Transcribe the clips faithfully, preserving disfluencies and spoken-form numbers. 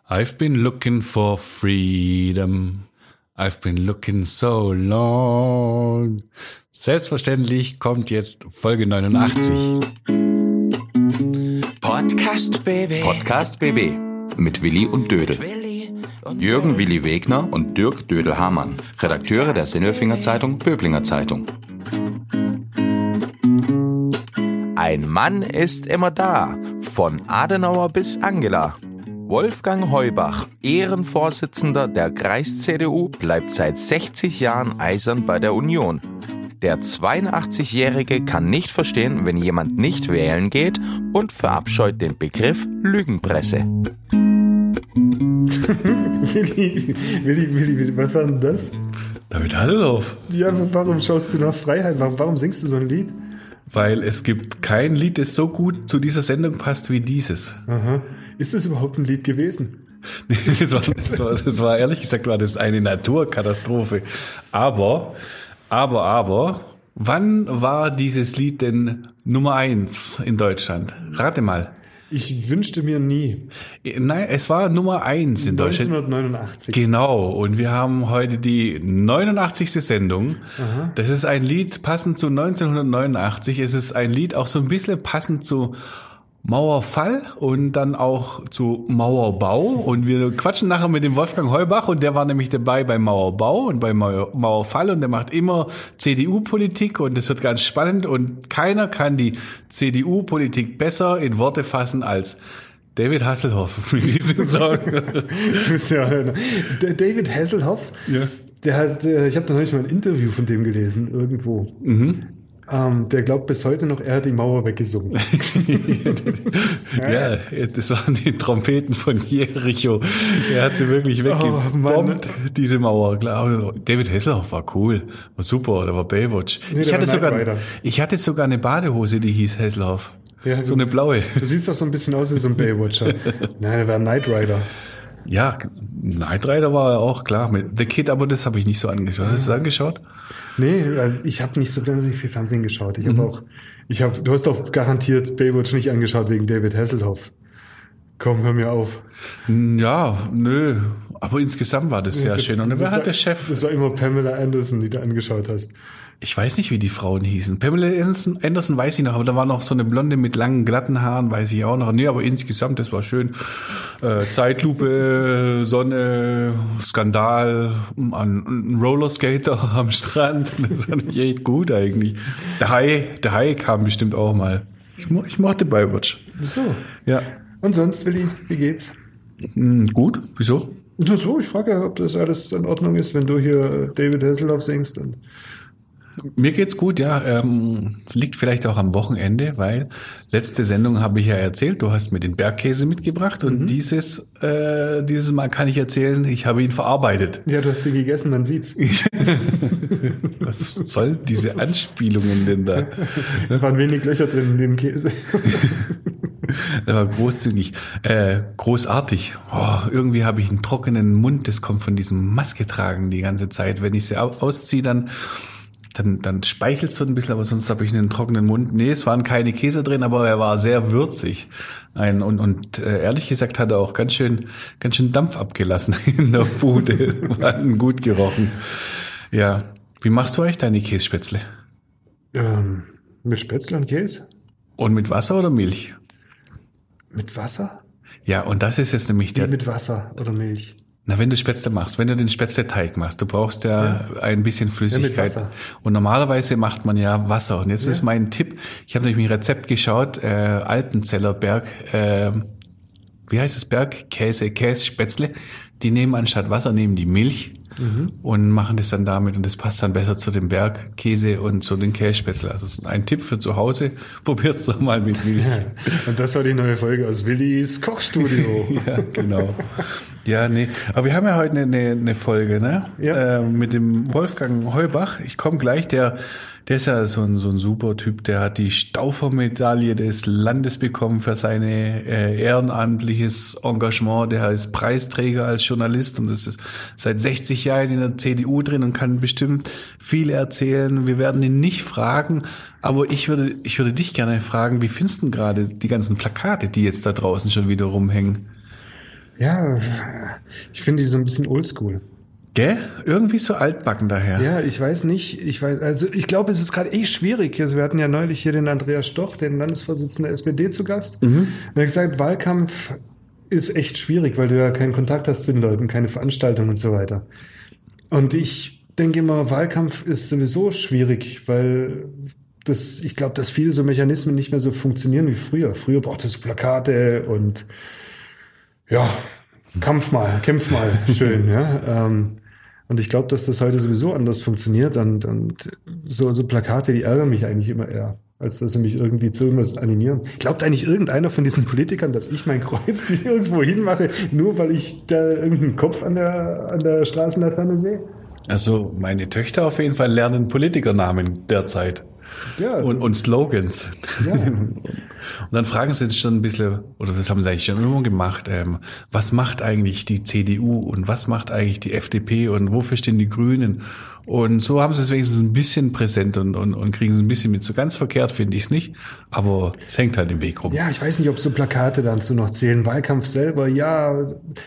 I've been looking for freedom. I've been looking so long. Selbstverständlich kommt jetzt Folge neunundachtzig. Podcast B B. Podcast B B mit Willi und Dödel. Jürgen Willi Wegner und Dirk Dödel-Hamann, Redakteure der Sinnelfinger Zeitung Böblinger Zeitung. Ein Mann ist immer da, von Adenauer bis Angela. Wolfgang Heubach, Ehrenvorsitzender der Kreis-C D U, bleibt seit sechzig Jahren eisern bei der Union. Der zweiundachtzigjährige kann nicht verstehen, wenn jemand nicht wählen geht und verabscheut den Begriff Lügenpresse. Willi, Willi, Willi, Willi, was war denn das? David Hasselhoff. Ja, warum schaust du nach Freiheit? Warum, warum singst du so ein Lied? Weil es gibt kein Lied, das so gut zu dieser Sendung passt wie dieses. Aha. Ist das überhaupt ein Lied gewesen? das, war, das, war, das war ehrlich gesagt war das eine Naturkatastrophe. Aber, aber, aber, wann war dieses Lied denn Nummer eins in Deutschland? Rate mal. Ich wünschte mir nie. Nein, es war Nummer eins in Deutschland. neunzehnhundertneunundachtzig. Genau. Und wir haben heute die neunundachtzigste Sendung. Aha. Das ist ein Lied passend zu neunzehnhundertneunundachtzig. Es ist ein Lied auch so ein bisschen passend zu Mauerfall und dann auch zu Mauerbau. Und wir quatschen nachher mit dem Wolfgang Heubach und der war nämlich dabei beim Mauerbau und beim Mauerfall und der macht immer C D U-Politik und das wird ganz spannend und keiner kann die C D U-Politik besser in Worte fassen als David Hasselhoff mit diesem Song. Ja, David Hasselhoff, ja. Der hat, ich habe da neulich mal ein Interview von dem gelesen, irgendwo. Mhm. Um, der glaubt bis heute noch, er hat die Mauer weggesungen. Ja, das waren die Trompeten von Jericho. Er hat sie wirklich weggebombt, oh, diese Mauer. Klar, David Hasselhoff war cool, war super, der war Baywatch. Nee, ich, hatte sogar, ich hatte sogar eine Badehose, die hieß Hasselhoff. Ja, so eine blaue. Du siehst doch so ein bisschen aus wie so ein Baywatcher. Nein, der war Knight Rider. Ja, Knight Rider war auch klar mit The Kid, aber das habe ich nicht so angeschaut. Hast du das angeschaut? Nee, also ich habe nicht so wahnsinnig viel Fernsehen geschaut. Ich habe mhm. auch, ich habe, du hast doch garantiert Baywatch nicht angeschaut wegen David Hasselhoff. Komm, hör mir auf. Ja, nö, aber insgesamt war das nee, sehr für, schön. Und wer hat der Chef? Das war immer Pamela Anderson, die du angeschaut hast. Ich weiß nicht, wie die Frauen hießen. Pamela Anderson, Anderson weiß ich noch, aber da war noch so eine Blonde mit langen, glatten Haaren, weiß ich auch noch. Nee, aber insgesamt, das war schön. Äh, Zeitlupe, Sonne, Skandal, ein Rollerskater am Strand. Das war nicht echt gut eigentlich. Der Hai, der Hai kam bestimmt auch mal. Ich, ich mochte Baywatch. So. Ja. Und sonst, Willi, wie geht's? Hm, gut, wieso? Nur so, ich frage ja, ob das alles in Ordnung ist, wenn du hier David Hasselhoff singst und mir geht's gut, ja. Ähm, liegt vielleicht auch am Wochenende, weil letzte Sendung habe ich ja erzählt, du hast mir den Bergkäse mitgebracht und mhm. dieses äh, dieses Mal kann ich erzählen, ich habe ihn verarbeitet. Ja, du hast ihn gegessen, man sieht's. Was soll diese Anspielungen denn da? Da waren wenig Löcher drin in dem Käse. Der war großzügig, äh, großartig. Oh, irgendwie habe ich einen trockenen Mund, das kommt von diesem Maske tragen die ganze Zeit. Wenn ich sie ausziehe, dann Dann, dann speichelt so ein bisschen, aber sonst habe ich einen trockenen Mund. Nee, es waren keine Käse drin, aber er war sehr würzig. Ein, und und äh, ehrlich gesagt hat er auch ganz schön ganz schön Dampf abgelassen in der Bude. War gut gerochen. Ja. Wie machst du eigentlich deine Kässpätzle? Ähm, mit Spätzle und Käse? Und mit Wasser oder Milch? Mit Wasser? Ja, und das ist jetzt nämlich der... Wie mit Wasser oder Milch? Na, wenn du Spätzle machst, wenn du den Spätzle-Teig machst, du brauchst ja, ja. ein bisschen Flüssigkeit. Ja, und normalerweise macht man ja Wasser. Und jetzt ja. ist mein Tipp, ich habe nämlich ein Rezept geschaut, äh, Altenzeller Berg, äh, wie heißt es, Bergkäse, Kässpätzle. Die nehmen anstatt Wasser, nehmen die Milch mhm. und machen das dann damit. Und das passt dann besser zu dem Bergkäse und zu den Kässpätzle. Also ein Tipp für zu Hause, probiert's doch mal mit Milch. Ja. Und das war die neue Folge aus Willis Kochstudio. Ja, genau. Ja, nee. Aber wir haben ja heute eine, eine Folge, ne? Ja. Äh, mit dem Wolfgang Heubach. Ich komme gleich, der, der ist ja so ein, so ein super Typ, der hat die Stauffer-Medaille des Landes bekommen für seine äh, ehrenamtliches Engagement. Der ist Preisträger als Journalist und das ist seit sechzig Jahren in der C D U drin und kann bestimmt viel erzählen. Wir werden ihn nicht fragen, aber ich würde, ich würde dich gerne fragen, wie findest du gerade die ganzen Plakate, die jetzt da draußen schon wieder rumhängen? Ja, ich finde die so ein bisschen oldschool. Gell? Irgendwie so altbacken daher. Ja, ich weiß nicht. Ich weiß, also ich glaube, es ist gerade echt schwierig. Also wir hatten ja neulich hier den Andreas Stoch, den Landesvorsitzenden der S P D, zu Gast. Mhm. Und er hat gesagt, Wahlkampf ist echt schwierig, weil du ja keinen Kontakt hast zu den Leuten, keine Veranstaltungen und so weiter. Und ich denke immer, Wahlkampf ist sowieso schwierig, weil das, ich glaube, dass viele so Mechanismen nicht mehr so funktionieren wie früher. Früher braucht es Plakate und ja, Kampf mal, kämpf mal, schön, ja. Ähm, und ich glaube, dass das heute sowieso anders funktioniert und, und so, so Plakate, die ärgern mich eigentlich immer eher, als dass sie mich irgendwie zu irgendwas animieren. Glaubt eigentlich irgendeiner von diesen Politikern, dass ich mein Kreuz nicht irgendwo hinmache, nur weil ich da irgendeinen Kopf an der, an der Straßenlaterne sehe? Also meine Töchter auf jeden Fall lernen Politikernamen derzeit. Ja, und, und Slogans. Ja. Und dann fragen sie sich schon ein bisschen, oder das haben sie eigentlich schon immer gemacht, ähm, was macht eigentlich die C D U und was macht eigentlich die F D P und wofür stehen die Grünen? Und so haben sie es wenigstens ein bisschen präsent und, und, und kriegen es ein bisschen mit. So ganz verkehrt finde ich es nicht, aber es hängt halt im Weg rum. Ja, ich weiß nicht, ob so Plakate dazu noch zählen. Wahlkampf selber, ja,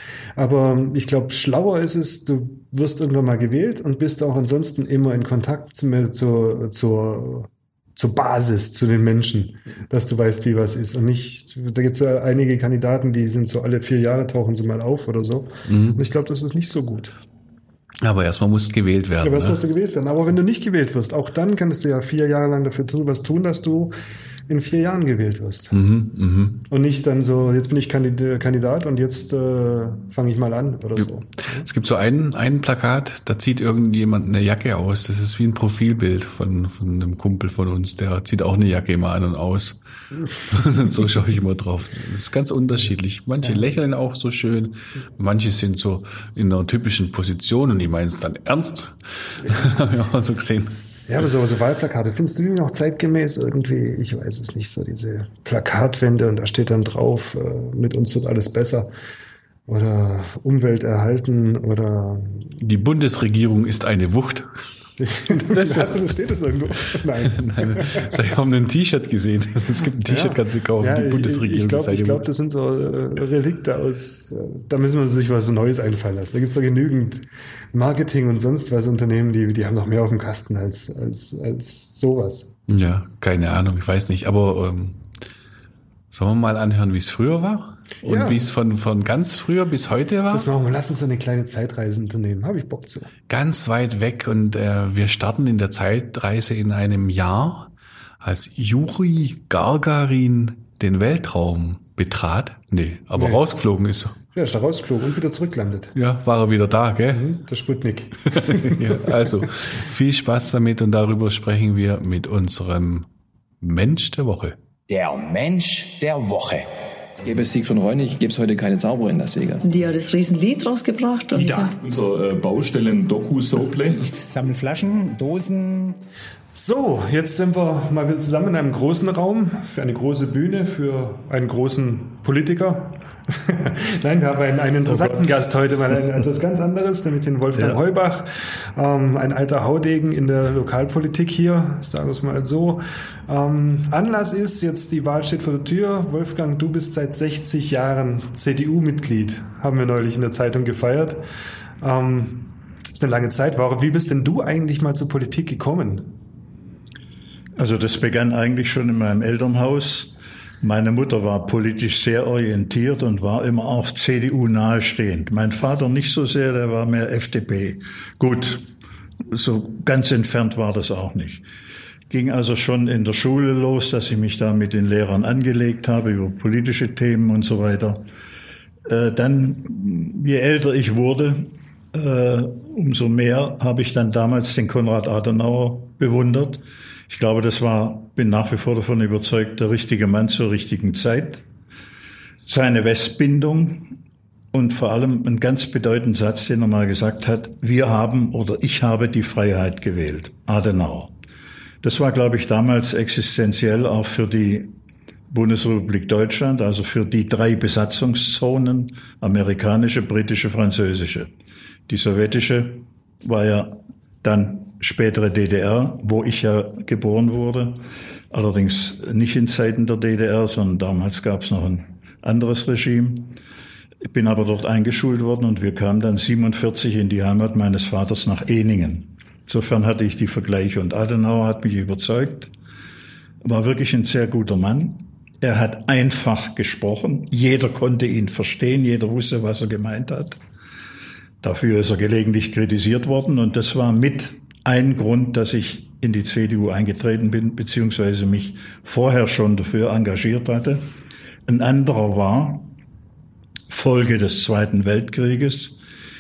aber ich glaube, schlauer ist es, du wirst irgendwann mal gewählt und bist auch ansonsten immer in Kontakt zu, zu, zur zur Basis, zu den Menschen, dass du weißt, wie was ist. Und nicht, da gibt es ja einige Kandidaten, die sind so alle vier Jahre tauchen sie mal auf oder so. Mhm. Und ich glaube, das ist nicht so gut. Aber erstmal musst gewählt werden. Ja, erst ne? musst du gewählt werden. Aber wenn du nicht gewählt wirst, auch dann kannst du ja vier Jahre lang dafür tun, was tun, dass du in vier Jahren gewählt wirst. Mhm, mh. Und nicht dann so, jetzt bin ich Kandidat und jetzt äh, fange ich mal an oder so. Es gibt so ein, ein Plakat, da zieht irgendjemand eine Jacke aus. Das ist wie ein Profilbild von, von einem Kumpel von uns. Der zieht auch eine Jacke immer an und aus. Und so schaue ich immer drauf. Das ist ganz unterschiedlich. Manche ja. lächeln auch so schön. Manche sind so in einer typischen Position und die meinen es dann ernst. Ja. Haben wir auch so gesehen. Ja, aber so, so Wahlplakate, findest du die noch zeitgemäß irgendwie? Ich weiß es nicht, so diese Plakatwände und da steht dann drauf, äh, mit uns wird alles besser oder Umwelt erhalten oder... Die Bundesregierung ist eine Wucht. Das, hast du, das steht das irgendwo? Nein. Nein, das habe ich ein T-Shirt gesehen. Es gibt ein T-Shirt, ja. kannst du kaufen, ja, die Bundesregierung. Ich glaube, glaub, das sind so äh, Relikte aus, äh, da müssen wir sich was Neues einfallen lassen. Da gibt's doch genügend Marketing und sonst was Unternehmen, die, die haben noch mehr auf dem Kasten als, als, als sowas. Ja, keine Ahnung, ich weiß nicht. Aber ähm, sollen wir mal anhören, wie es früher war? Und ja. wie es von, von ganz früher bis heute war? Das machen wir. Lass uns so eine kleine Zeitreise unternehmen. Habe ich Bock zu. Ganz weit weg. Und äh, wir starten in der Zeitreise in einem Jahr, als Juri Gagarin den Weltraum betrat. Nee, aber nee. rausgeflogen ist er. Ja, ist da rausgeflogen und wieder zurücklandet. Ja, war er wieder da, gell? Mhm, der Sputnik. Ja, also, viel Spaß damit und darüber sprechen wir mit unserem Mensch der Woche. Der Mensch der Woche. Gäbe es Siegfried Reunig, gäbe es heute keine Zauberer in Las Vegas. Die hat das Riesenlied rausgebracht. Und ja, unser äh, Baustellen-Doku-Soplay. Ich sammle Flaschen, Dosen. So, jetzt sind wir mal wieder zusammen in einem großen Raum für eine große Bühne, für einen großen Politiker. Nein, wir haben einen, einen interessanten oh Gast heute, mal ein, etwas ganz anderes, nämlich den Wolfgang ja. Heubach, ähm, ein alter Haudegen in der Lokalpolitik hier, sagen wir es mal so. Ähm, Anlass ist, jetzt die Wahl steht vor der Tür. Wolfgang, du bist seit sechzig Jahren C D U-Mitglied, haben wir neulich in der Zeitung gefeiert. Ähm, ist eine lange Zeit. Wie bist denn du eigentlich mal zur Politik gekommen? Also das begann eigentlich schon in meinem Elternhaus. Meine Mutter war politisch sehr orientiert und war immer auch C D U nahestehend. Mein Vater nicht so sehr, der war mehr F D P. Gut, so ganz entfernt war das auch nicht. Ging also schon in der Schule los, dass ich mich da mit den Lehrern angelegt habe über politische Themen und so weiter. Äh, dann, je älter ich wurde, äh, umso mehr habe ich dann damals den Konrad Adenauer bewundert. Ich glaube, das war, bin nach wie vor davon überzeugt, der richtige Mann zur richtigen Zeit. Seine Westbindung und vor allem ein ganz bedeutender Satz, den er mal gesagt hat: Wir haben oder ich habe die Freiheit gewählt. Adenauer. Das war, glaube ich, damals existenziell auch für die Bundesrepublik Deutschland, also für die drei Besatzungszonen, amerikanische, britische, französische. Die sowjetische war ja dann spätere D D R, wo ich ja geboren wurde, allerdings nicht in Zeiten der D D R, sondern damals gab es noch ein anderes Regime. Ich bin aber dort eingeschult worden und wir kamen dann siebenundvierzig in die Heimat meines Vaters nach Ehningen. Insofern hatte ich die Vergleiche und Adenauer hat mich überzeugt, war wirklich ein sehr guter Mann. Er hat einfach gesprochen, jeder konnte ihn verstehen, jeder wusste, was er gemeint hat. Dafür ist er gelegentlich kritisiert worden und das war mit ein Grund, dass ich in die C D U eingetreten bin, beziehungsweise mich vorher schon dafür engagiert hatte. Ein anderer war Folge des Zweiten Weltkrieges,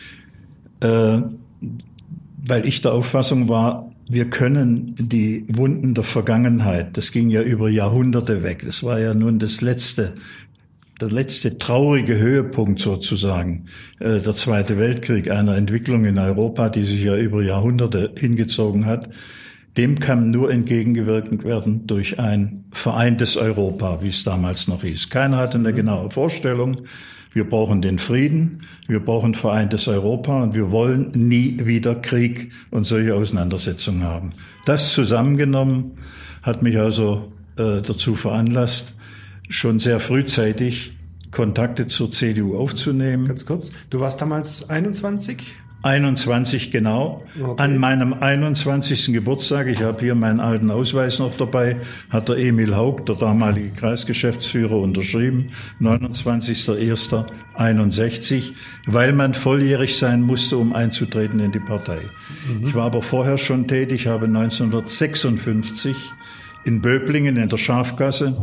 äh, weil ich der Auffassung war, wir können die Wunden der Vergangenheit, das ging ja über Jahrhunderte weg, das war ja nun das letzte, der letzte traurige Höhepunkt sozusagen, äh, der Zweite Weltkrieg, einer Entwicklung in Europa, die sich ja über Jahrhunderte hingezogen hat. Dem kann nur entgegengewirkt werden durch ein vereintes Europa, wie es damals noch hieß. Keiner hatte eine genaue Vorstellung. Wir brauchen den Frieden, wir brauchen vereintes Europa und wir wollen nie wieder Krieg und solche Auseinandersetzungen haben. Das zusammengenommen hat mich also äh, dazu veranlasst, schon sehr frühzeitig Kontakte zur C D U aufzunehmen. Ganz kurz, du warst damals einundzwanzig? einundzwanzig genau. Okay. An meinem einundzwanzigsten Geburtstag, ich habe hier meinen alten Ausweis noch dabei, hat der Emil Haug, der damalige Kreisgeschäftsführer, unterschrieben, neunundzwanzigster erster einundsechzig, weil man volljährig sein musste, um einzutreten in die Partei. Mhm. Ich war aber vorher schon tätig, habe neunzehnhundertsechsundfünfzig in Böblingen in der Schafgasse,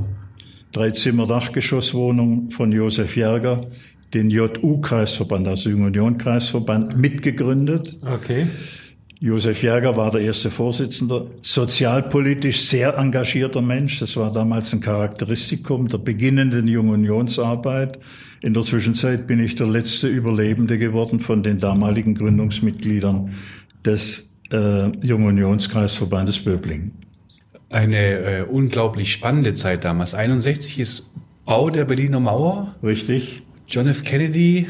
Dreizimmer-Dachgeschosswohnung von Josef Jerger, den J U-Kreisverband, also Junge Union-Kreisverband, mitgegründet. Okay. Josef Jerger war der erste Vorsitzender, sozialpolitisch sehr engagierter Mensch. Das war damals ein Charakteristikum der beginnenden Junge Unionsarbeit. In der Zwischenzeit bin ich der letzte Überlebende geworden von den damaligen Gründungsmitgliedern des äh, Junge Unionskreisverbandes Böblingen. Eine äh, unglaublich spannende Zeit damals. einundsechzig ist Bau der Berliner Mauer. Richtig. John F. Kennedy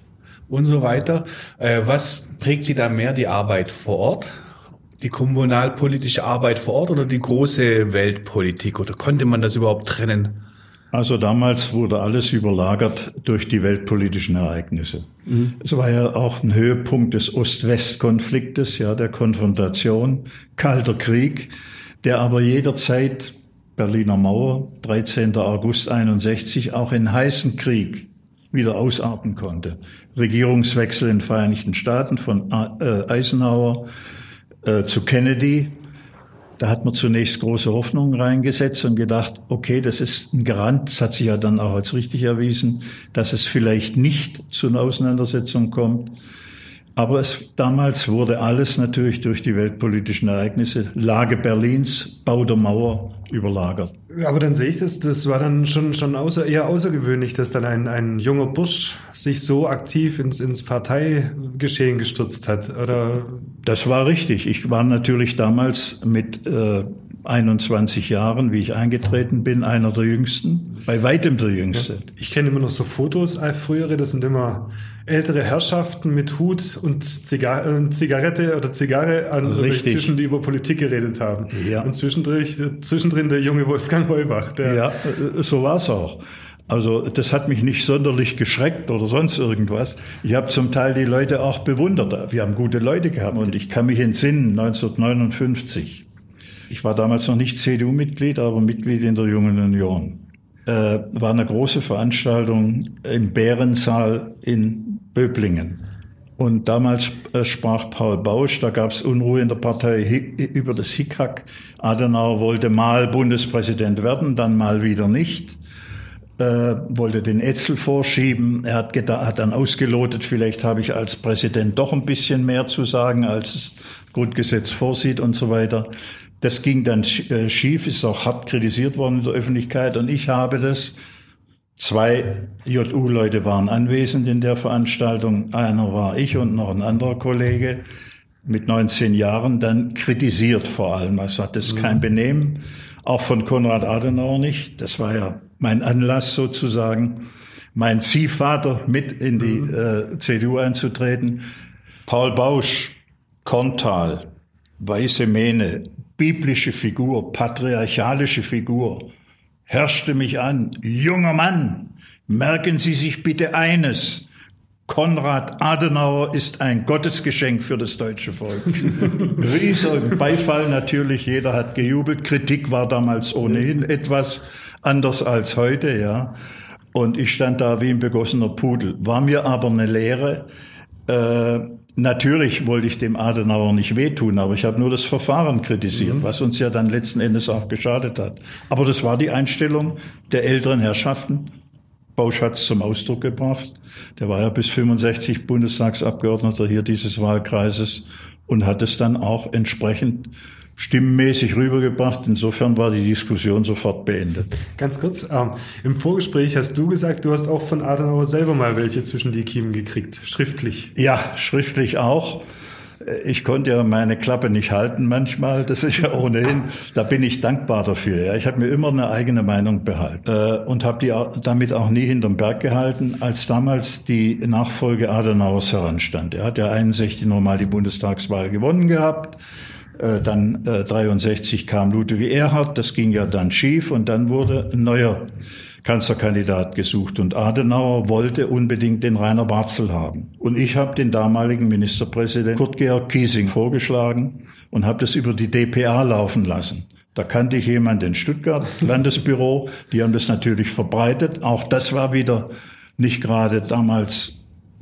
und so weiter. Äh, was prägt Sie da mehr, die Arbeit vor Ort, die kommunalpolitische Arbeit vor Ort oder die große Weltpolitik? Oder konnte man das überhaupt trennen? Also damals wurde alles überlagert durch die weltpolitischen Ereignisse. Mhm. Es war ja auch ein Höhepunkt des Ost-West-Konfliktes, ja, der Konfrontation, Kalter Krieg, der aber jederzeit, Berliner Mauer, dreizehnter August einundsechzig, auch in heißen Krieg wieder ausarten konnte. Regierungswechsel in den Vereinigten Staaten von äh, Eisenhower äh, zu Kennedy. Da hat man zunächst große Hoffnungen reingesetzt und gedacht, okay, das ist ein Garant, das hat sich ja dann auch als richtig erwiesen, dass es vielleicht nicht zu einer Auseinandersetzung kommt. Aber es, damals wurde alles natürlich durch die weltpolitischen Ereignisse, Lage Berlins, Bau der Mauer, überlagert. Aber dann sehe ich das, das war dann schon, schon außer, eher außergewöhnlich, dass dann ein, ein junger Bursch sich so aktiv ins, ins Parteigeschehen gestürzt hat, oder? Das war richtig. Ich war natürlich damals mit äh, einundzwanzig Jahren, wie ich eingetreten bin, einer der Jüngsten, bei weitem der Jüngste. Ja. Ich kenne immer noch so Fotos, frühere, das sind immer ältere Herrschaften mit Hut und Ziga- äh, Zigarette oder Zigarre an Richtig. Tischen, die über Politik geredet haben. Ja. Und zwischendrin, zwischendrin der junge Wolfgang Heubach. Der ja, so war's auch. Also das hat mich nicht sonderlich geschreckt oder sonst irgendwas. Ich habe zum Teil die Leute auch bewundert. Wir haben gute Leute gehabt und ich kann mich entsinnen, neunzehnhundertneunundfünfzig. Ich war damals noch nicht C D U-Mitglied, aber Mitglied in der Jungen Union. Äh, war eine große Veranstaltung im Bärensaal in Böblingen. Und damals äh, sprach Paul Bausch, da gab es Unruhe in der Partei hi- über das Hickhack. Adenauer wollte mal Bundespräsident werden, dann mal wieder nicht. Äh, wollte den Etzel vorschieben. Er hat, geda- hat dann ausgelotet, vielleicht habe ich als Präsident doch ein bisschen mehr zu sagen, als das Grundgesetz vorsieht und so weiter. Das ging dann schief, ist auch hart kritisiert worden in der Öffentlichkeit. Und ich habe das, zwei J U-Leute waren anwesend in der Veranstaltung. Einer war ich und noch ein anderer Kollege mit neunzehn Jahren, dann kritisiert vor allem. Er sagt, das ist kein Benehmen, auch von Konrad Adenauer nicht. Das war ja mein Anlass sozusagen, mein Ziehvater mit in die äh, C D U einzutreten. Paul Bausch, Korntal, weiße Mähne, biblische Figur, patriarchalische Figur, herrschte mich an, junger Mann, Merken Sie sich bitte eines. Konrad Adenauer ist ein Gottesgeschenk für das deutsche Volk. Riesiger Beifall natürlich, jeder hat gejubelt. Kritik war damals ohnehin etwas anders als heute, ja. Und ich stand da wie ein begossener Pudel. War mir aber eine Lehre. Äh, natürlich wollte ich dem Adenauer nicht wehtun, aber ich habe nur das Verfahren kritisiert, mhm. was uns ja dann letzten Endes auch geschadet hat. Aber das war die Einstellung der älteren Herrschaften. Bausch hat es zum Ausdruck gebracht. Der war ja bis fünfundsechzig Bundestagsabgeordneter hier dieses Wahlkreises und hat es dann auch entsprechend stimmenmäßig rübergebracht. Insofern war die Diskussion sofort beendet. Ganz kurz, ähm, im Vorgespräch hast du gesagt, du hast auch von Adenauer selber mal welche zwischen die Kiemen gekriegt, schriftlich. Ja, schriftlich auch. Ich konnte ja meine Klappe nicht halten manchmal, das ist ja ohnehin, da bin ich dankbar dafür. Ja. Ich habe mir immer eine eigene Meinung behalten äh, und habe die auch, damit auch nie hinterm Berg gehalten, als damals die Nachfolge Adenauers heranstand. Er hat ja einundsechzig nochmal die Bundestagswahl gewonnen gehabt, äh, dann äh, dreiundsechzig kam Ludwig Erhard, das ging ja dann schief und dann wurde ein neuer Kanzlerkandidat gesucht und Adenauer wollte unbedingt den Rainer Barzel haben. Und ich habe den damaligen Ministerpräsident Kurt-Georg Kiesing vorgeschlagen und habe das über die D P A laufen lassen. Da kannte ich jemanden in Stuttgart, Landesbüro, die haben das natürlich verbreitet. Auch das war wieder nicht gerade damals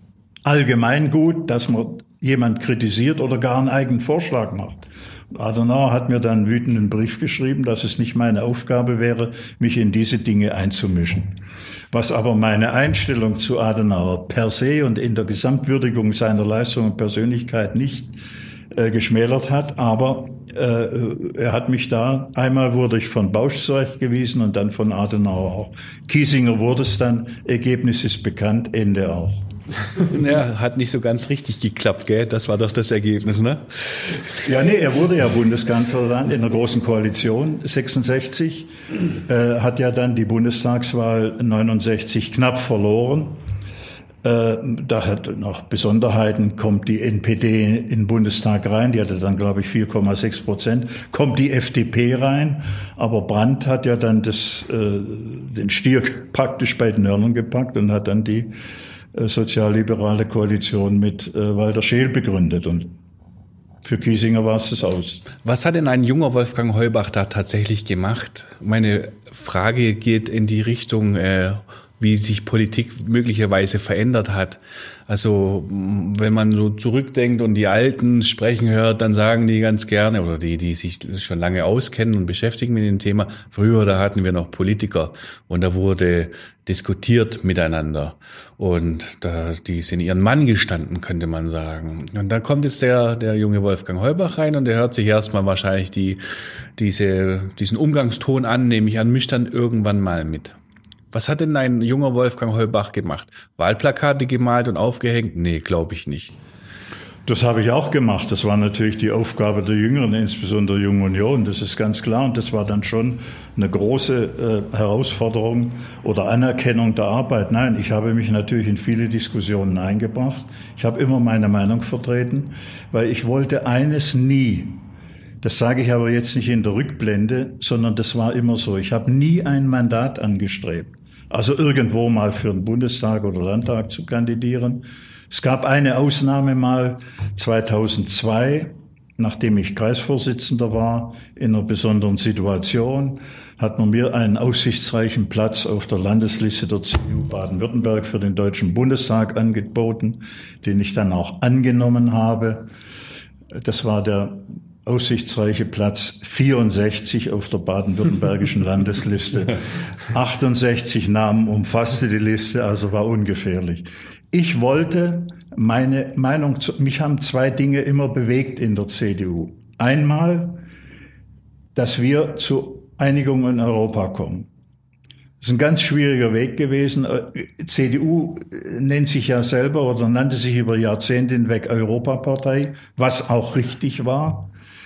allgemein gut, dass man jemand kritisiert oder gar einen eigenen Vorschlag macht. Adenauer hat mir dann einen wütenden Brief geschrieben, dass es nicht meine Aufgabe wäre, mich in diese Dinge einzumischen. Was aber meine Einstellung zu Adenauer per se und in der Gesamtwürdigung seiner Leistung und Persönlichkeit nicht äh, geschmälert hat, aber äh, er hat mich da, einmal wurde ich von Bausch zurechtgewiesen und dann von Adenauer auch. Kiesinger wurde es dann, Ergebnis ist bekannt, Ende auch. Ja, hat nicht so ganz richtig geklappt, gell? Das war doch das Ergebnis, ne? Ja, nee, er wurde ja Bundeskanzler dann in der Großen Koalition, sechsundsechzig, äh, hat ja dann die Bundestagswahl neunundsechzig knapp verloren. Äh, da hat noch Besonderheiten, kommt die N P D in den Bundestag rein, die hatte dann, glaube ich, vier Komma sechs Prozent, kommt die F D P rein, aber Brandt hat ja dann das, äh, den Stier praktisch bei den Hörnern gepackt und hat dann die sozialliberale Koalition mit äh, Walter Scheel begründet und für Kiesinger war es das aus. Was hat denn ein junger Wolfgang Heubach da tatsächlich gemacht? Meine Frage geht in die Richtung, äh, wie sich Politik möglicherweise verändert hat. Also wenn man so zurückdenkt und die Alten sprechen hört, dann sagen die ganz gerne, oder die, die sich schon lange auskennen und beschäftigen mit dem Thema, früher, da hatten wir noch Politiker und da wurde diskutiert miteinander und da, die sind ihren Mann gestanden, könnte man sagen. Und da kommt jetzt der, der junge Wolfgang Heubach rein und der hört sich erstmal wahrscheinlich die, diese, diesen Umgangston an, nehme ich an, mischt dann irgendwann mal mit. Was hat denn ein junger Wolfgang Heubach gemacht? Wahlplakate gemalt und aufgehängt? Nee, glaube ich nicht. Das habe ich auch gemacht. Das war natürlich die Aufgabe der Jüngeren, insbesondere der Jungen Union. Das ist ganz klar. Und das war dann schon eine große äh, Herausforderung oder Anerkennung der Arbeit. Nein, ich habe mich natürlich in viele Diskussionen eingebracht. Ich habe immer meine Meinung vertreten, weil ich wollte eines nie. Das sage ich aber jetzt nicht in der Rückblende, sondern das war immer so. Ich habe nie ein Mandat angestrebt. Also irgendwo mal für den Bundestag oder Landtag zu kandidieren. Es gab eine Ausnahme mal zweitausendzwei, nachdem ich Kreisvorsitzender war, in einer besonderen Situation, hat man mir einen aussichtsreichen Platz auf der Landesliste der C D U Baden-Württemberg für den Deutschen Bundestag angeboten, den ich dann auch angenommen habe. Das war der aussichtsreiche Platz vierundsechzig auf der baden-württembergischen Landesliste. achtundsechzig Namen umfasste die Liste, also war ungefährlich. Ich wollte meine Meinung, zu, mich haben zwei Dinge immer bewegt in der C D U. Einmal, dass wir zu Einigung in Europa kommen. Das ist ein ganz schwieriger Weg gewesen. C D U nennt sich ja selber oder nannte sich über Jahrzehnte hinweg Europapartei, was auch richtig war.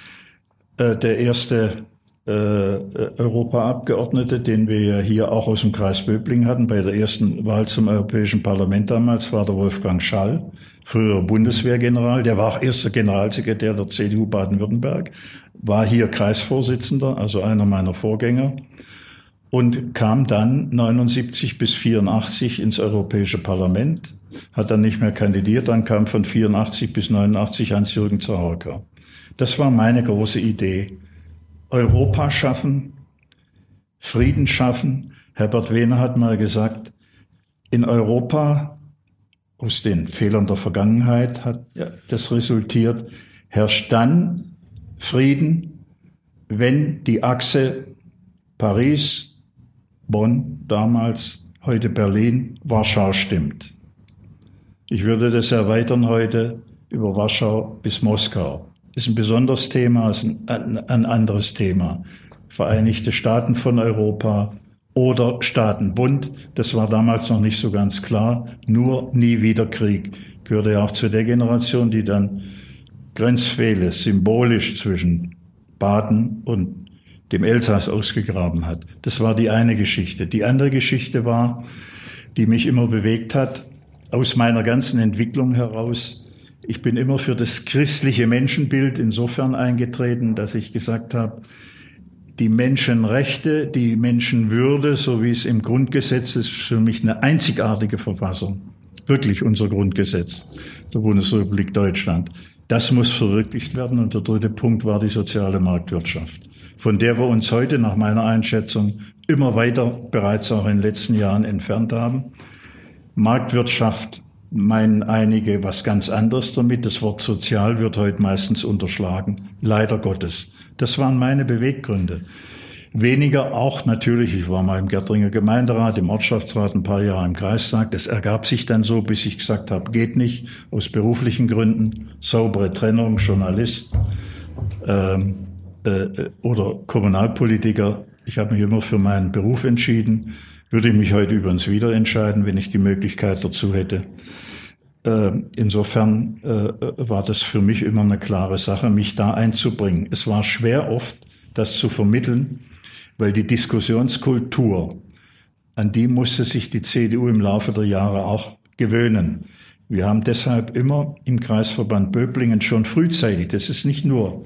Der erste äh, Europaabgeordnete, den wir ja hier auch aus dem Kreis Böblingen hatten, bei der ersten Wahl zum Europäischen Parlament damals, war der Wolfgang Schall, früherer Bundeswehrgeneral. Der war auch erster Generalsekretär der C D U Baden-Württemberg, war hier Kreisvorsitzender, also einer meiner Vorgänger. und kam dann neunundsiebzig bis vierundachtzig ins Europäische Parlament, hat dann nicht mehr kandidiert, dann kam von vierundachtzig bis neunundachtzig Hans-Jürgen Zahoker. Das war meine große Idee. Europa schaffen, Frieden schaffen. Herbert Wehner hat mal gesagt, in Europa, aus den Fehlern der Vergangenheit hat das resultiert, herrscht dann Frieden, wenn die Achse Paris, Bonn damals, heute Berlin, Warschau stimmt. Ich würde das erweitern heute über Warschau bis Moskau. Ist ein besonderes Thema, ist ein, ein anderes Thema. Vereinigte Staaten von Europa oder Staatenbund, das war damals noch nicht so ganz klar, nur nie wieder Krieg. Gehörte ja auch zu der Generation, die dann Grenzpfähle symbolisch zwischen Baden und dem Elsass ausgegraben hat. Das war die eine Geschichte. Die andere Geschichte war, die mich immer bewegt hat, aus meiner ganzen Entwicklung heraus. Ich bin immer für das christliche Menschenbild insofern eingetreten, dass ich gesagt habe, die Menschenrechte, die Menschenwürde, so wie es im Grundgesetz ist, für mich eine einzigartige Verfassung. Wirklich unser Grundgesetz der Bundesrepublik Deutschland. Das muss verwirklicht werden. Und der dritte Punkt war die soziale Marktwirtschaft, von der wir uns heute nach meiner Einschätzung immer weiter, bereits auch in den letzten Jahren, entfernt haben. Marktwirtschaft meinen einige was ganz anderes damit. Das Wort sozial wird heute meistens unterschlagen. Leider Gottes. Das waren meine Beweggründe. Weniger auch natürlich, ich war mal im Gärtringer Gemeinderat, im Ortschaftsrat, ein paar Jahre im Kreistag. Das ergab sich dann so, bis ich gesagt habe, geht nicht, aus beruflichen Gründen, saubere Trennung, Journalist ähm, äh, oder Kommunalpolitiker. Ich habe mich immer für meinen Beruf entschieden. Würde ich mich heute übrigens wieder entscheiden, wenn ich die Möglichkeit dazu hätte. Insofern war das für mich immer eine klare Sache, mich da einzubringen. Es war schwer oft, das zu vermitteln, weil die Diskussionskultur, an die musste sich die C D U im Laufe der Jahre auch gewöhnen. Wir haben deshalb immer im Kreisverband Böblingen schon frühzeitig, das ist nicht nur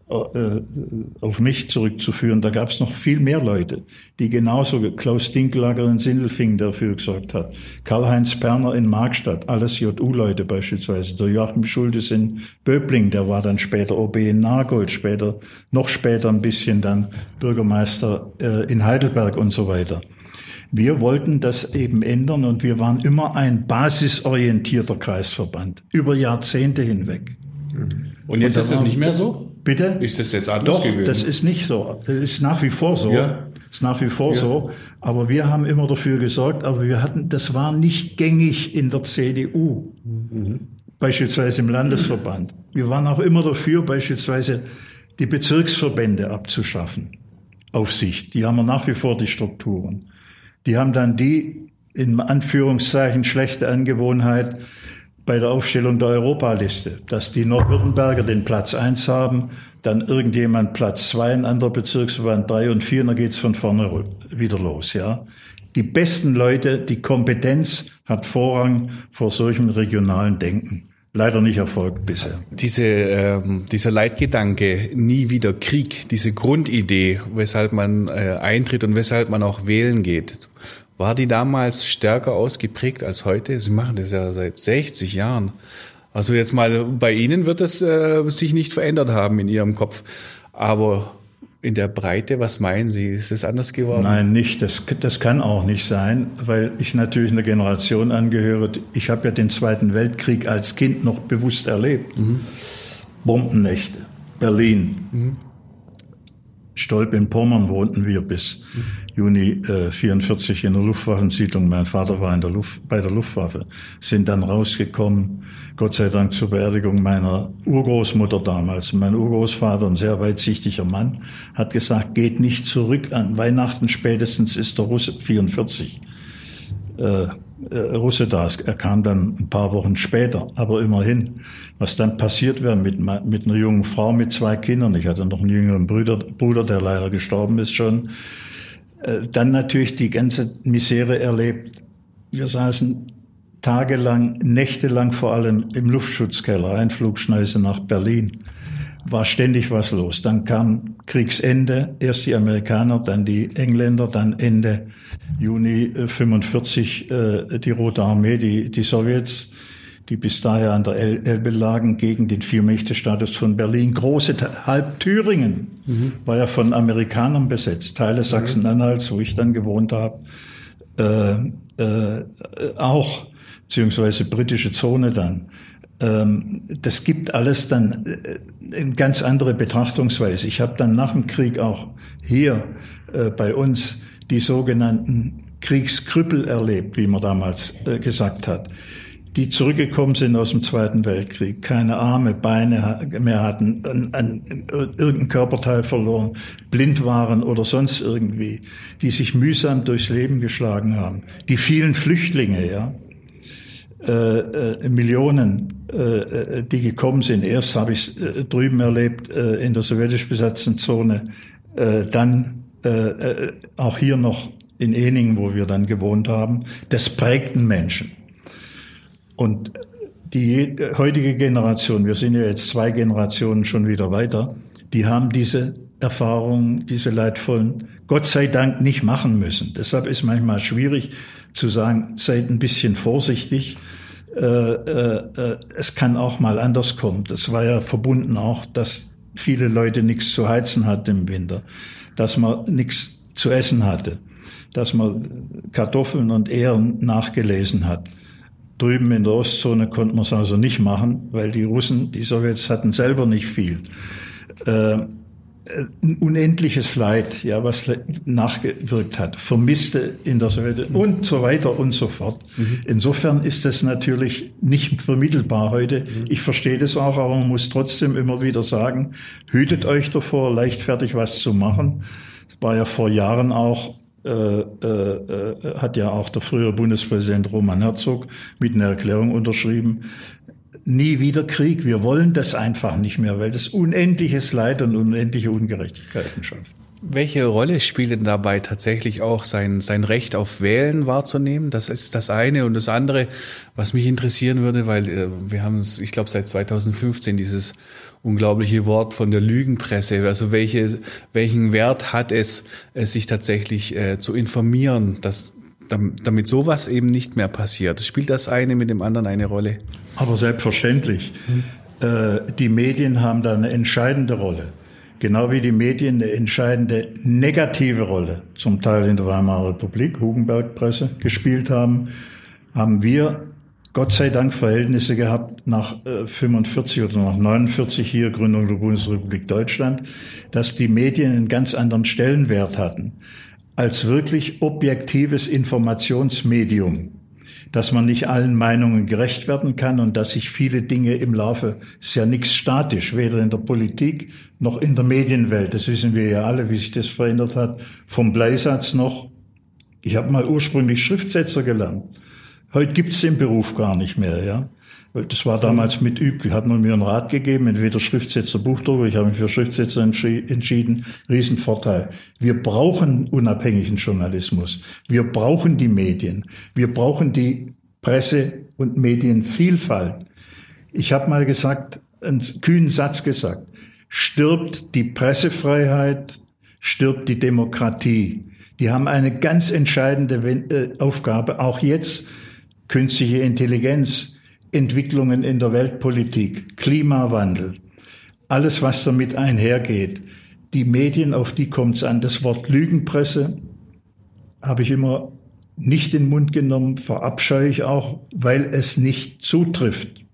auf mich zurückzuführen, da gab es noch viel mehr Leute, die genauso, Klaus Dinkelager in Sindelfingen dafür gesorgt hat, Karl-Heinz Perner in Markstadt, alles J U-Leute beispielsweise, der Joachim Schultes in Böblingen, der war dann später O B in Nagold, später, noch später ein bisschen dann Bürgermeister äh, in Heidelberg und so weiter. Wir wollten das eben ändern und wir waren immer ein basisorientierter Kreisverband, über Jahrzehnte hinweg. Und jetzt und ist es nicht mehr so? Bitte? Ist das jetzt anders Doch, gewesen? Das ist nicht so. Das ist nach wie vor so. Ja. Ist nach wie vor ja. so. Aber wir haben immer dafür gesorgt, aber wir hatten, das war nicht gängig in der C D U. Mhm. Beispielsweise im Landesverband. Wir waren auch immer dafür, beispielsweise die Bezirksverbände abzuschaffen. Auf Sicht. Die haben wir nach wie vor, die Strukturen. Die haben dann die, in Anführungszeichen, schlechte Angewohnheit, bei der Aufstellung der Europaliste, dass die Nordwürttemberger den Platz eins haben, dann irgendjemand Platz zwei, ein anderer Bezirksverband drei und vier, und dann geht's von vorne wieder los, ja. Die besten Leute, die Kompetenz hat Vorrang vor solchem regionalen Denken. Leider nicht erfolgt bisher. Diese, ähm, dieser Leitgedanke, nie wieder Krieg, diese Grundidee, weshalb man äh, eintritt und weshalb man auch wählen geht, war die damals stärker ausgeprägt als heute? Sie machen das ja seit sechzig Jahren. Also jetzt mal, bei Ihnen wird das äh, sich nicht verändert haben in Ihrem Kopf. Aber in der Breite, was meinen Sie? Ist es anders geworden? Nein, nicht. Das, das kann auch nicht sein, weil ich natürlich einer Generation angehöre. Ich habe ja den Zweiten Weltkrieg als Kind noch bewusst erlebt. Mhm. Bombennächte, Berlin. Mhm. Stolp in Pommern wohnten wir bis mhm. Juni äh, vierundvierzig in der Luftwaffensiedlung. Mein Vater war in der Luft, bei der Luftwaffe. Sind dann rausgekommen, Gott sei Dank zur Beerdigung meiner Urgroßmutter damals. Mein Urgroßvater, ein sehr weitsichtiger Mann, hat gesagt, geht nicht zurück, an Weihnachten spätestens ist der Russe, vierundvierzig, äh, äh, Russe da. Er kam dann ein paar Wochen später, aber immerhin. Was dann passiert wäre mit, mit einer jungen Frau mit zwei Kindern, ich hatte noch einen jüngeren Bruder, Bruder, der leider gestorben ist schon, dann natürlich die ganze Misere erlebt. Wir saßen tagelang, nächtelang vor allem im Luftschutzkeller, Einflugschneise nach Berlin. war ständig was los. Dann kam Kriegsende, erst die Amerikaner, dann die Engländer, dann Ende Juni fünfundvierzig äh, die Rote Armee, die, die Sowjets, die bis daher an der Elbe lagen, gegen den Viermächte-Status von Berlin. Große halb Thüringen mhm. war ja von Amerikanern besetzt, Teile Sachsen-Anhalts, wo ich dann gewohnt habe, äh, äh, auch, beziehungsweise britische Zone dann. Das gibt alles dann eine ganz andere Betrachtungsweise. Ich habe dann nach dem Krieg auch hier äh, bei uns die sogenannten Kriegskrüppel erlebt, wie man damals äh, gesagt hat, die zurückgekommen sind aus dem Zweiten Weltkrieg, keine Arme, Beine mehr hatten, an, an, irgendein Körperteil verloren, blind waren oder sonst irgendwie, die sich mühsam durchs Leben geschlagen haben. Die vielen Flüchtlinge, ja. Äh, äh, Millionen, äh, die gekommen sind. Erst habe ich äh, drüben erlebt, äh, in der sowjetisch besetzten Zone, äh, dann äh, äh, auch hier noch in Ehningen, wo wir dann gewohnt haben. Das prägten Menschen. Und die heutige Generation, wir sind ja jetzt zwei Generationen schon wieder weiter, die haben diese Erfahrungen, diese leidvollen, Gott sei Dank nicht machen müssen. Deshalb ist manchmal schwierig zu sagen, seid ein bisschen vorsichtig. Äh, äh, es kann auch mal anders kommen. Das war ja verbunden auch, dass viele Leute nichts zu heizen hatten im Winter, dass man nichts zu essen hatte, dass man Kartoffeln und Ähren nachgelesen hat. Drüben in der Ostzone konnte man es also nicht machen, weil die Russen, die Sowjets hatten selber nicht viel. Äh, ein unendliches Leid, ja, was nachgewirkt hat, Vermisste in der Sowjetunion und so weiter und so fort. Mhm. Insofern ist das natürlich nicht vermittelbar heute. Mhm. Ich verstehe das auch, aber man muss trotzdem immer wieder sagen, hütet euch davor, leichtfertig was zu machen. Das war ja vor Jahren auch, äh, äh, hat ja auch der frühere Bundespräsident Roman Herzog mit einer Erklärung unterschrieben, nie wieder Krieg. Wir wollen das einfach nicht mehr, weil das unendliches Leid und unendliche Ungerechtigkeiten schafft. Welche Rolle spielt denn dabei tatsächlich auch sein, sein Recht auf Wählen wahrzunehmen? Das ist das eine. Und das andere, was mich interessieren würde, weil äh, wir haben, ich glaube, seit zweitausendfünfzehn dieses unglaubliche Wort von der Lügenpresse. Also welche, welchen Wert hat es, es sich tatsächlich äh, zu informieren, dass damit sowas eben nicht mehr passiert? Spielt das eine mit dem anderen eine Rolle? Aber selbstverständlich. Hm. Äh, die Medien haben da eine entscheidende Rolle. Genau wie die Medien eine entscheidende negative Rolle, zum Teil in der Weimarer Republik, Hugenberg-Presse, gespielt haben, haben wir Gott sei Dank Verhältnisse gehabt nach äh, fünfundvierzig oder nach neunundvierzig hier, Gründung der Bundesrepublik Deutschland, dass die Medien einen ganz anderen Stellenwert hatten als wirklich objektives Informationsmedium, dass man nicht allen Meinungen gerecht werden kann und dass sich viele Dinge im Laufe, ist ja nichts statisch, weder in der Politik noch in der Medienwelt. Das wissen wir ja alle, wie sich das verändert hat. Vom Bleisatz noch, ich habe mal ursprünglich Schriftsetzer gelernt. Heute gibt's den Beruf gar nicht mehr, ja. Das war damals mit üblich, hat man mir einen Rat gegeben, entweder Schriftsetzer, Buchdrucker, ich habe mich für Schriftsetzer entschieden, Riesenvorteil. Wir brauchen unabhängigen Journalismus, wir brauchen die Medien, wir brauchen die Presse- und Medienvielfalt. Ich habe mal gesagt, einen kühnen Satz gesagt, stirbt die Pressefreiheit, stirbt die Demokratie. Die haben eine ganz entscheidende Aufgabe, auch jetzt künstliche Intelligenz, Entwicklungen in der Weltpolitik, Klimawandel, alles, was damit einhergeht. Die Medien, auf die kommt es an. Das Wort Lügenpresse habe ich immer nicht in den Mund genommen, verabscheue ich auch, weil es nicht zutrifft.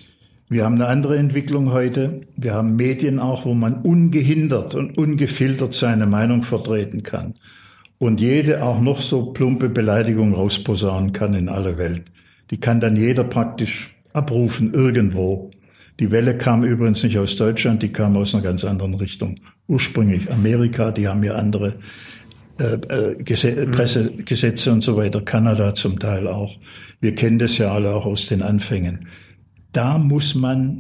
Wir haben eine andere Entwicklung heute. Wir haben Medien auch, wo man ungehindert und ungefiltert seine Meinung vertreten kann und jede auch noch so plumpe Beleidigung rausposaunen kann in aller Welt. Die kann dann jeder praktisch abrufen irgendwo. Die Welle kam übrigens nicht aus Deutschland, die kam aus einer ganz anderen Richtung. Ursprünglich Amerika, die haben ja andere äh, äh, Gese- Pressegesetze und so weiter, Kanada zum Teil auch. Wir kennen das ja alle auch aus den Anfängen. Da muss man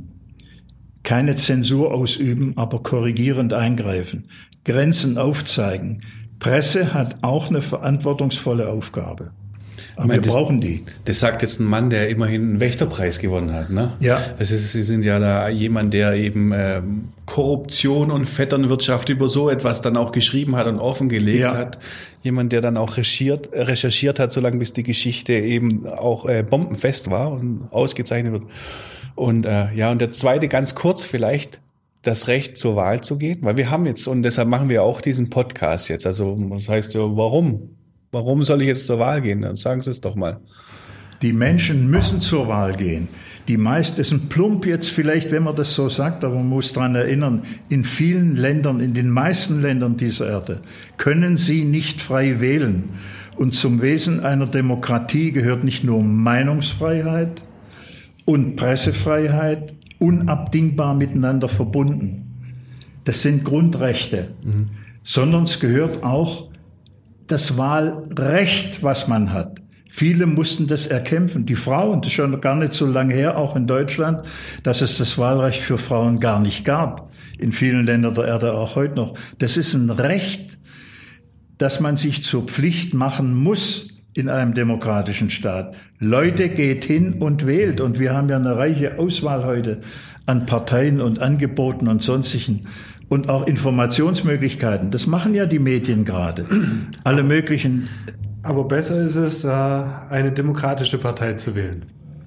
keine Zensur ausüben, aber korrigierend eingreifen, Grenzen aufzeigen. Presse hat auch eine verantwortungsvolle Aufgabe. Aber Ich meine, wir das, brauchen die. Das sagt jetzt ein Mann, der immerhin einen Wächterpreis gewonnen hat, ne? Ja. Also Sie sind ja da jemand, der eben ähm, Korruption und Vetternwirtschaft über so etwas dann auch geschrieben hat und offengelegt Ja. hat. Jemand, der dann auch recherchiert, recherchiert hat, solange bis die Geschichte eben auch äh, bombenfest war und ausgezeichnet wird. Und äh, ja, und der zweite ganz kurz vielleicht das Recht zur Wahl zu gehen, weil wir haben jetzt, und deshalb machen wir auch diesen Podcast jetzt. Also das heißt ja, warum? Warum soll ich jetzt zur Wahl gehen? Dann sagen Sie es doch mal. Die Menschen müssen zur Wahl gehen. Die meisten, das ist ein Plump jetzt vielleicht, wenn man das so sagt, aber man muss daran erinnern, in vielen Ländern, in den meisten Ländern dieser Erde, können sie nicht frei wählen. Und zum Wesen einer Demokratie gehört nicht nur Meinungsfreiheit und Pressefreiheit, unabdingbar miteinander verbunden. Das sind Grundrechte, mhm. sondern es gehört auch das Wahlrecht, was man hat. Viele mussten das erkämpfen. Die Frauen, das ist schon gar nicht so lange her, auch in Deutschland, dass es das Wahlrecht für Frauen gar nicht gab. In vielen Ländern der Erde auch heute noch. Das ist ein Recht, das man sich zur Pflicht machen muss in einem demokratischen Staat. Leute, geht hin und wählt. Und wir haben ja eine reiche Auswahl heute an Parteien und Angeboten und sonstigen. Und auch Informationsmöglichkeiten. Das machen ja die Medien gerade. Alle möglichen. Aber besser ist es, eine demokratische Partei zu wählen.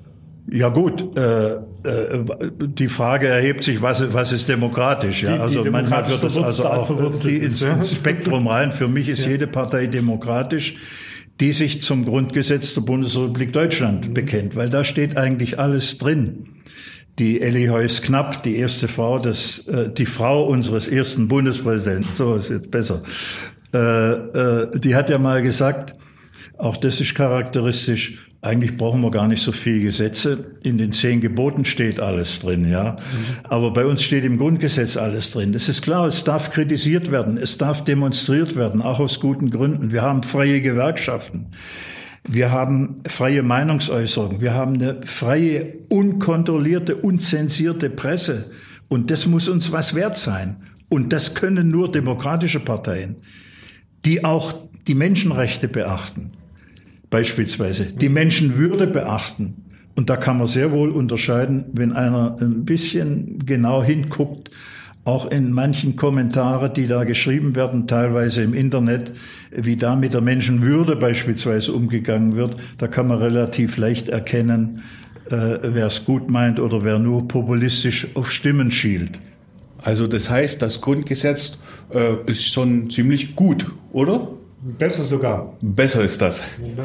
Ja gut, äh, äh, die Frage erhebt sich, was, was ist demokratisch? Ja? Die, die also manchmal wird es also auch die ins, ins Spektrum rein. Für mich ist ja. jede Partei demokratisch, die sich zum Grundgesetz der Bundesrepublik Deutschland mhm. bekennt, weil da steht eigentlich alles drin. Die Elly Heuss-Knapp, die erste Frau, des, äh, die Frau unseres ersten Bundespräsidenten, so ist jetzt besser, äh, äh, die hat ja mal gesagt, auch das ist charakteristisch, eigentlich brauchen wir gar nicht so viele Gesetze. In den zehn Geboten steht alles drin, ja. Mhm. Aber bei uns steht im Grundgesetz alles drin. Das ist klar, es darf kritisiert werden, es darf demonstriert werden, auch aus guten Gründen. Wir haben freie Gewerkschaften. Wir haben freie Meinungsäußerung. Wir haben eine freie, unkontrollierte, unzensierte Presse. Und das muss uns was wert sein. Und das können nur demokratische Parteien, die auch die Menschenrechte beachten. Beispielsweise die Menschenwürde beachten. Und da kann man sehr wohl unterscheiden, wenn einer ein bisschen genau hinguckt, auch in manchen Kommentaren, die da geschrieben werden, teilweise im Internet, wie da mit der Menschenwürde beispielsweise umgegangen wird. Da kann man relativ leicht erkennen, äh, wer es gut meint oder wer nur populistisch auf Stimmen schielt. Also das heißt, das Grundgesetz äh, ist schon ziemlich gut, oder? Besser sogar. Besser ist das.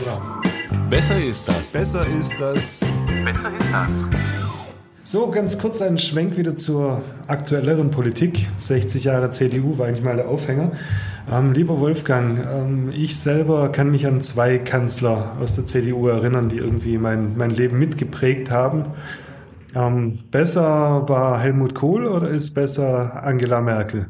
Besser ist das. Besser ist das. Besser ist das. So, ganz kurz einen Schwenk wieder zur aktuelleren Politik. sechzig Jahre C D U war eigentlich mal der Aufhänger. Ähm, lieber Wolfgang, ähm, ich selber kann mich an zwei Kanzler aus der C D U erinnern, die irgendwie mein, mein Leben mitgeprägt haben. Ähm, besser war Helmut Kohl oder ist besser Angela Merkel?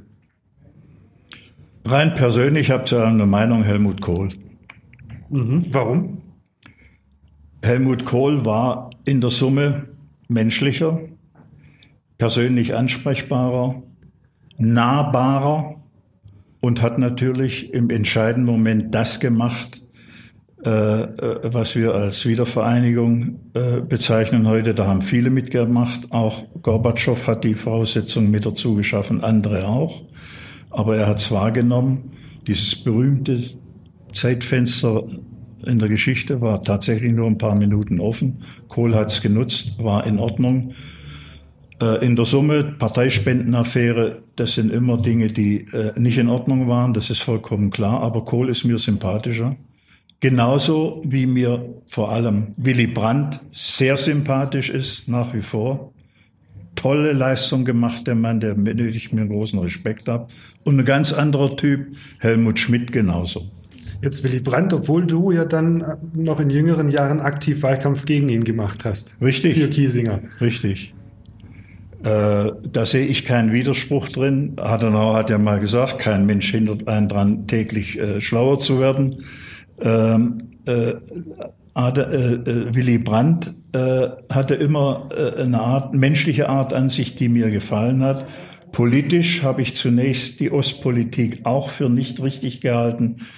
Rein persönlich habt ihr eine Meinung, Helmut Kohl. Mhm. Warum? Helmut Kohl war in der Summe menschlicher, persönlich ansprechbarer, nahbarer und hat natürlich im entscheidenden Moment das gemacht, äh, was wir als Wiedervereinigung äh, bezeichnen heute. Da haben viele mitgemacht. Auch Gorbatschow hat die Voraussetzungen mit dazu geschaffen, andere auch. Aber er hat es wahrgenommen. Dieses berühmte Zeitfenster in der Geschichte war tatsächlich nur ein paar Minuten offen. Kohl hat es genutzt, war in Ordnung. Äh, in der Summe, Parteispendenaffäre, das sind immer Dinge, die äh, nicht in Ordnung waren, das ist vollkommen klar. Aber Kohl ist mir sympathischer. Genauso wie mir vor allem Willy Brandt sehr sympathisch ist, nach wie vor. Tolle Leistung gemacht, der Mann, der ich mir großen Respekt habe. Und ein ganz anderer Typ, Helmut Schmidt genauso. Jetzt Willy Brandt, obwohl du ja dann noch in jüngeren Jahren aktiv Wahlkampf gegen ihn gemacht hast. Richtig. Für Kiesinger. Richtig. Äh, da sehe ich keinen Widerspruch drin. Adenauer hat ja mal gesagt, kein Mensch hindert einen dran, täglich äh, schlauer zu werden. Ähm, äh, Ade, äh, Willy Brandt äh, hatte immer äh, eine Art, menschliche Art an sich, die mir gefallen hat. Politisch habe ich zunächst die Ostpolitik auch für nicht richtig gehalten.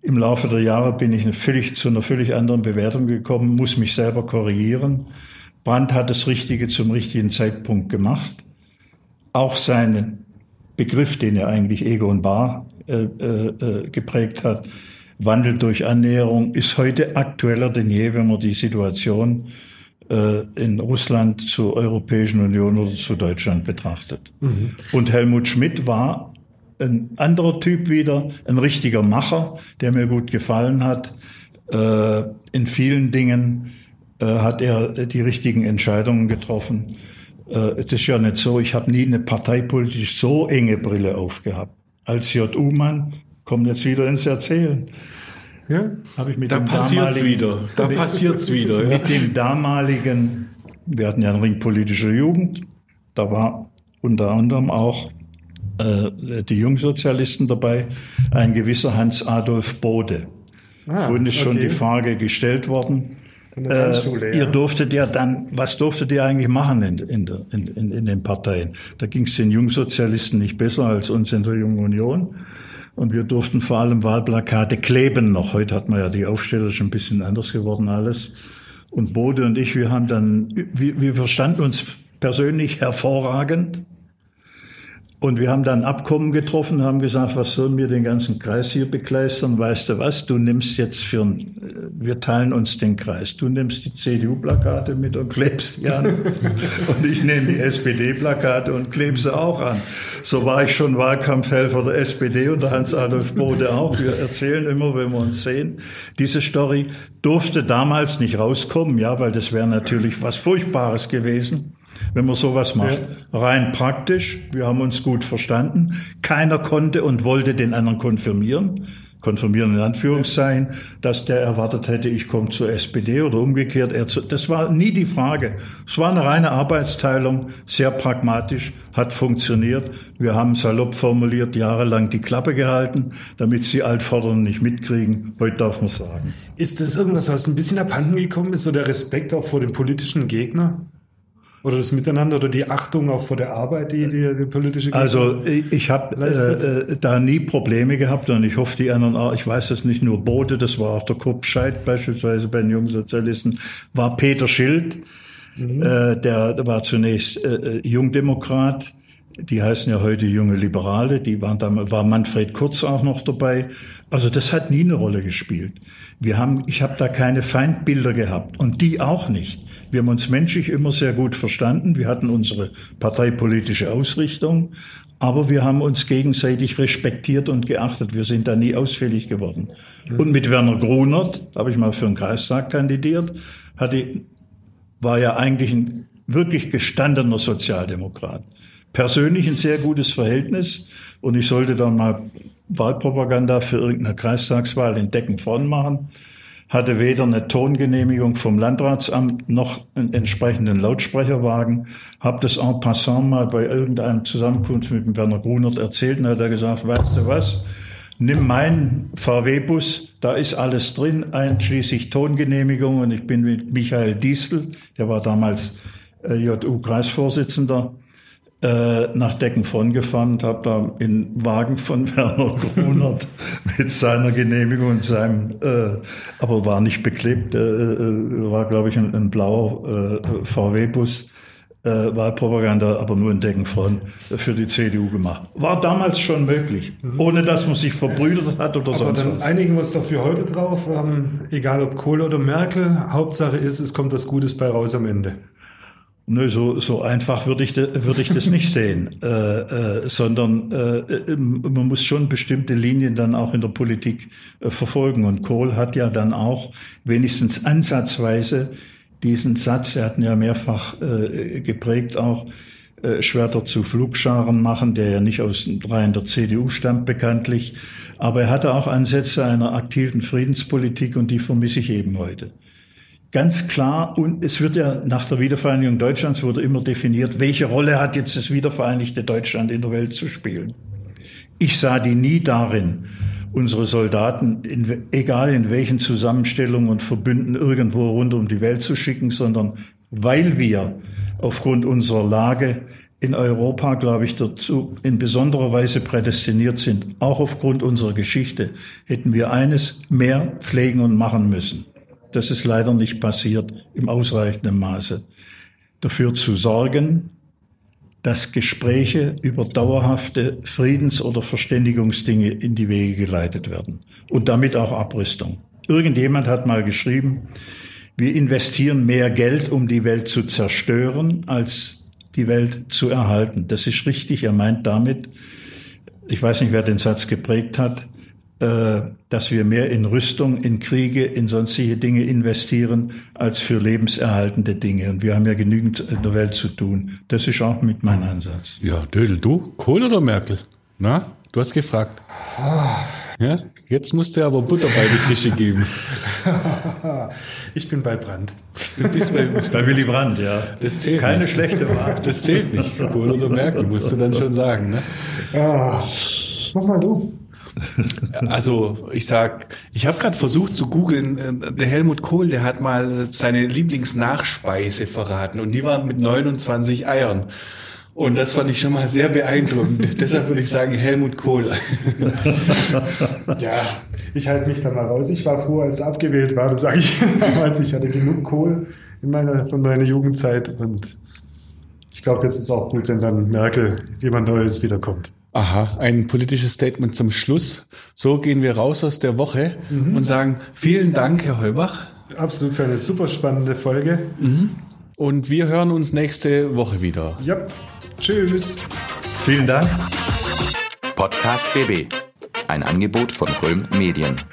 Im Laufe der Jahre bin ich eine völlig, zu einer völlig anderen Bewertung gekommen, muss mich selber korrigieren. Brandt hat das Richtige zum richtigen Zeitpunkt gemacht. Auch sein Begriff, den ja eigentlich Egon Bahr äh, äh, geprägt hat, Wandel durch Annäherung, ist heute aktueller denn je, wenn man die Situation äh, in Russland zur Europäischen Union oder zu Deutschland betrachtet. Mhm. Und Helmut Schmidt war ein anderer Typ wieder, ein richtiger Macher, der mir gut gefallen hat. Äh, in vielen Dingen äh, hat er die richtigen Entscheidungen getroffen. Äh, das ist ja nicht so, ich habe nie eine parteipolitisch so enge Brille aufgehabt. Als J U-Mann, kommt jetzt wieder ins Erzählen. Ja? Hab ich mit da dem passiert's wieder. Da mit, passiert's wieder. Ja. Mit dem damaligen, wir hatten ja einen Ring politischer Jugend, da war unter anderem auch äh, die Jungsozialisten dabei, ein gewisser Hans-Adolf Bode. Ah, Vorhin ist okay. schon die Frage gestellt worden. In der Tanzschule, äh, ihr ja. durftet ja dann, was durftet ihr eigentlich machen in, in, der, in, in, in den Parteien? Da ging es den Jungsozialisten nicht besser als uns in der Jungen Union. Und wir durften vor allem Wahlplakate kleben noch. Heute hat man ja die Aufsteller schon ein bisschen anders geworden alles. Und Bode und ich, wir haben dann, wir, wir verstanden uns persönlich hervorragend. Und wir haben dann ein Abkommen getroffen, haben gesagt, was sollen wir den ganzen Kreis hier bekleistern? Weißt du was, du nimmst jetzt für, wir teilen uns den Kreis. Du nimmst die C D U-Plakate mit und klebst die an. Und ich nehme die S P D-Plakate und klebe sie auch an. So war ich schon Wahlkampfhelfer der S P D und der Hans-Adolf Bode auch. Wir erzählen immer, wenn wir uns sehen. Diese Story durfte damals nicht rauskommen, ja, weil das wäre natürlich was Furchtbares gewesen, wenn man sowas macht. Ja. Rein praktisch, wir haben uns gut verstanden. Keiner konnte und wollte den anderen konfirmieren, konfirmieren in Anführungszeichen, dass der erwartet hätte, ich komme zur S P D oder umgekehrt. Er zu, das war nie die Frage. Es war eine reine Arbeitsteilung, sehr pragmatisch, hat funktioniert. Wir haben salopp formuliert jahrelang die Klappe gehalten, damit sie Altvorderen nicht mitkriegen. Heute darf man sagen. Ist das irgendwas, was ein bisschen abhanden gekommen ist, so der Respekt auch vor dem politischen Gegner? Oder das Miteinander oder die Achtung auch vor der Arbeit, die die, die politische Gegner Also ich habe äh, da nie Probleme gehabt und ich hoffe, die anderen auch. Ich weiß es nicht nur Bode, das war auch der Kurt Scheidt beispielsweise bei den Jungsozialisten, war Peter Schild, mhm. äh, der, der war zunächst äh, Jungdemokrat. Die heißen ja heute Junge Liberale, die waren damals, war Manfred Kurz auch noch dabei. Also das hat nie eine Rolle gespielt. Wir haben, ich habe da keine Feindbilder gehabt und die auch nicht. Wir haben uns menschlich immer sehr gut verstanden. Wir hatten unsere parteipolitische Ausrichtung, aber wir haben uns gegenseitig respektiert und geachtet. Wir sind da nie ausfällig geworden. Mhm. Und mit Werner Grunert habe ich mal für den Kreistag kandidiert, hatte, war ja eigentlich ein wirklich gestandener Sozialdemokrat. Persönlich ein sehr gutes Verhältnis und ich sollte dann mal Wahlpropaganda für irgendeine Kreistagswahl in Deckenfronn machen. Hatte weder eine Tongenehmigung vom Landratsamt noch einen entsprechenden Lautsprecherwagen. Hab das en passant mal bei irgendeinem Zusammenkunft mit dem Werner Grunert erzählt und hat er gesagt, weißt du was, nimm meinen V W-Bus, da ist alles drin, einschließlich Tongenehmigung und ich bin mit Michael Diestel, der war damals äh, J U-Kreisvorsitzender, nach Deckenfronn gefahren und habe da in Wagen von Werner Grunert mit seiner Genehmigung und seinem, äh, aber war nicht beklebt, äh, war glaube ich ein, ein blauer äh, V W-Bus, äh, Wahlpropaganda, aber nur in Deckenfronn für die C D U gemacht. War damals schon möglich, ohne dass man sich verbrüdert hat oder aber sonst dann was. Einigen wir uns doch für heute drauf, ähm, egal ob Kohl oder Merkel, Hauptsache ist, es kommt was Gutes bei raus am Ende. Nö, so, so einfach würde ich, würde ich das nicht sehen, äh, äh, sondern äh, man muss schon bestimmte Linien dann auch in der Politik äh, verfolgen. Und Kohl hat ja dann auch wenigstens ansatzweise diesen Satz, er hat ihn ja mehrfach äh, geprägt, auch äh, Schwerter zu Pflugscharen machen, der ja nicht aus den Reihen der C D U stammt bekanntlich. Aber er hatte auch Ansätze einer aktiven Friedenspolitik und die vermisse ich eben heute. Ganz klar, und es wird ja nach der Wiedervereinigung Deutschlands wurde immer definiert, welche Rolle hat jetzt das wiedervereinigte Deutschland in der Welt zu spielen. Ich sah die nie darin, unsere Soldaten, in, egal in welchen Zusammenstellungen und Verbünden, irgendwo rund um die Welt zu schicken, sondern weil wir aufgrund unserer Lage in Europa, glaube ich, dazu in besonderer Weise prädestiniert sind. Auch aufgrund unserer Geschichte hätten wir eines mehr pflegen und machen müssen. Das ist leider nicht passiert im ausreichenden Maße. Dafür zu sorgen, dass Gespräche über dauerhafte Friedens- oder Verständigungsdinge in die Wege geleitet werden. Und damit auch Abrüstung. Irgendjemand hat mal geschrieben, wir investieren mehr Geld, um die Welt zu zerstören, als die Welt zu erhalten. Das ist richtig. Er meint damit, ich weiß nicht, wer den Satz geprägt hat, dass wir mehr in Rüstung, in Kriege, in sonstige Dinge investieren, als für lebenserhaltende Dinge. Und wir haben ja genügend in der Welt zu tun. Das ist auch mit meinem Ansatz. Ja, Dödel, du? Kohl oder Merkel? Na, du hast gefragt. Ja, jetzt musst du aber Butter bei die Fische geben. Ich bin bei Brandt. Du bist bei, bei Willy Brandt, ja. Das zählt Keine nicht. schlechte Wahl. Das zählt nicht. Kohl oder Merkel, musst du dann schon sagen. Ne? Ah, mach mal du. Also ich sag, ich habe gerade versucht zu googeln, der Helmut Kohl, der hat mal seine Lieblingsnachspeise verraten und die waren mit neunundzwanzig Eiern. Und das fand ich schon mal sehr beeindruckend. Deshalb würde ich sagen, Helmut Kohl. Ja, ich halte mich da mal raus. Ich war froh, als er abgewählt war, das sage ich damals. Ich hatte genug Kohl in meiner, von meiner Jugendzeit und ich glaube, jetzt ist es auch gut, wenn dann Merkel jemand Neues wiederkommt. Aha, ein politisches Statement zum Schluss. So gehen wir raus aus der Woche mhm. und sagen, vielen Dank, Herr Heubach. Absolut für eine super spannende Folge. Mhm. Und wir hören uns nächste Woche wieder. Ja, tschüss. Vielen Dank. Podcast B B. Ein Angebot von Röhm Medien.